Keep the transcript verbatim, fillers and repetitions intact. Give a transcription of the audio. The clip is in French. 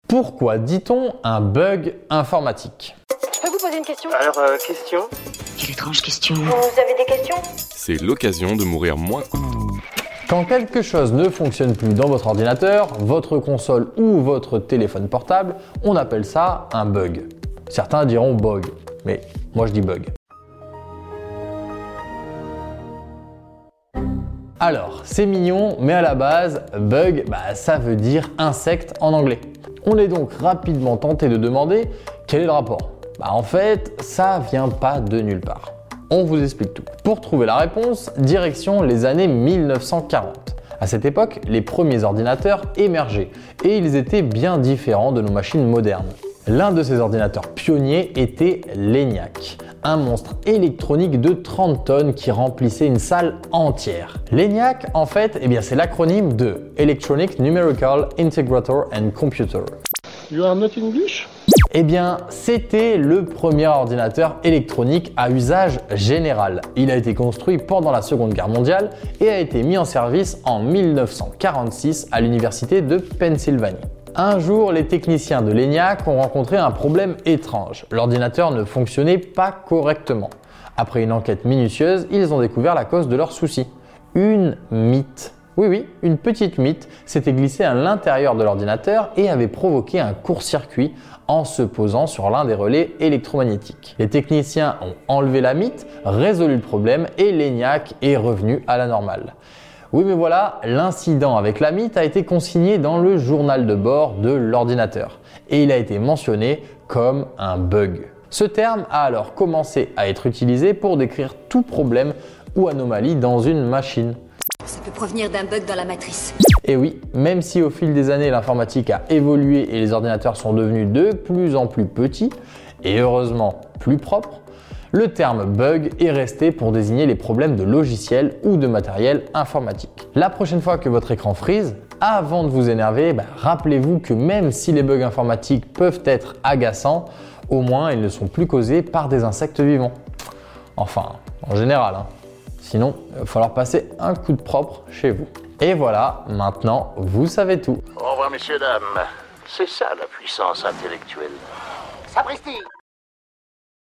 Pourquoi dit-on un bug informatique? Je peux vous poser une question? Alors, euh, question? Quelle étrange question. Vous avez des questions? C'est l'occasion de mourir moins. Quand quelque chose ne fonctionne plus dans votre ordinateur, votre console ou votre téléphone portable, on appelle ça un bug. Certains diront bug, mais moi je dis bug. Alors, c'est mignon, mais à la base, bug, bah, ça veut dire insecte en anglais. On est donc rapidement tenté de demander quel est le rapport. Bah, en fait, ça vient pas de nulle part. On vous explique tout. Pour trouver la réponse, direction les années mille neuf cent quarante. À cette époque, les premiers ordinateurs émergeaient et ils étaient bien différents de nos machines modernes. L'un de ces ordinateurs pionniers était l'ENIAC, un monstre électronique de trente tonnes qui remplissait une salle entière. L'ENIAC, en fait, eh bien, c'est l'acronyme de Electronic Numerical Integrator and Computer. You are not English? Eh bien, c'était le premier ordinateur électronique à usage général. Il a été construit pendant la Seconde Guerre mondiale et a été mis en service en mille neuf cent quarante-six à l'université de Pennsylvanie. Un jour, les techniciens de l'ENIAC ont rencontré un problème étrange. L'ordinateur ne fonctionnait pas correctement. Après une enquête minutieuse, ils ont découvert la cause de leur souci. Une mythe. Oui, oui, une petite mythe s'était glissée à l'intérieur de l'ordinateur et avait provoqué un court-circuit en se posant sur l'un des relais électromagnétiques. Les techniciens ont enlevé la mythe, résolu le problème et l'ENIAC est revenu à la normale. Oui, mais voilà, l'incident avec la mythe a été consigné dans le journal de bord de l'ordinateur et il a été mentionné comme un bug. Ce terme a alors commencé à être utilisé pour décrire tout problème ou anomalie dans une machine. Ça peut provenir d'un bug dans la matrice. Et oui, même si au fil des années l'informatique a évolué et les ordinateurs sont devenus de plus en plus petits et heureusement plus propres, le terme bug est resté pour désigner les problèmes de logiciel ou de matériel informatique. La prochaine fois que votre écran frise, avant de vous énerver, bah, rappelez-vous que même si les bugs informatiques peuvent être agaçants, au moins ils ne sont plus causés par des insectes vivants. Enfin, en général. Hein. Sinon, il va falloir passer un coup de propre chez vous. Et voilà, maintenant, vous savez tout. Au revoir, messieurs, dames. C'est ça la puissance intellectuelle. Sapristi!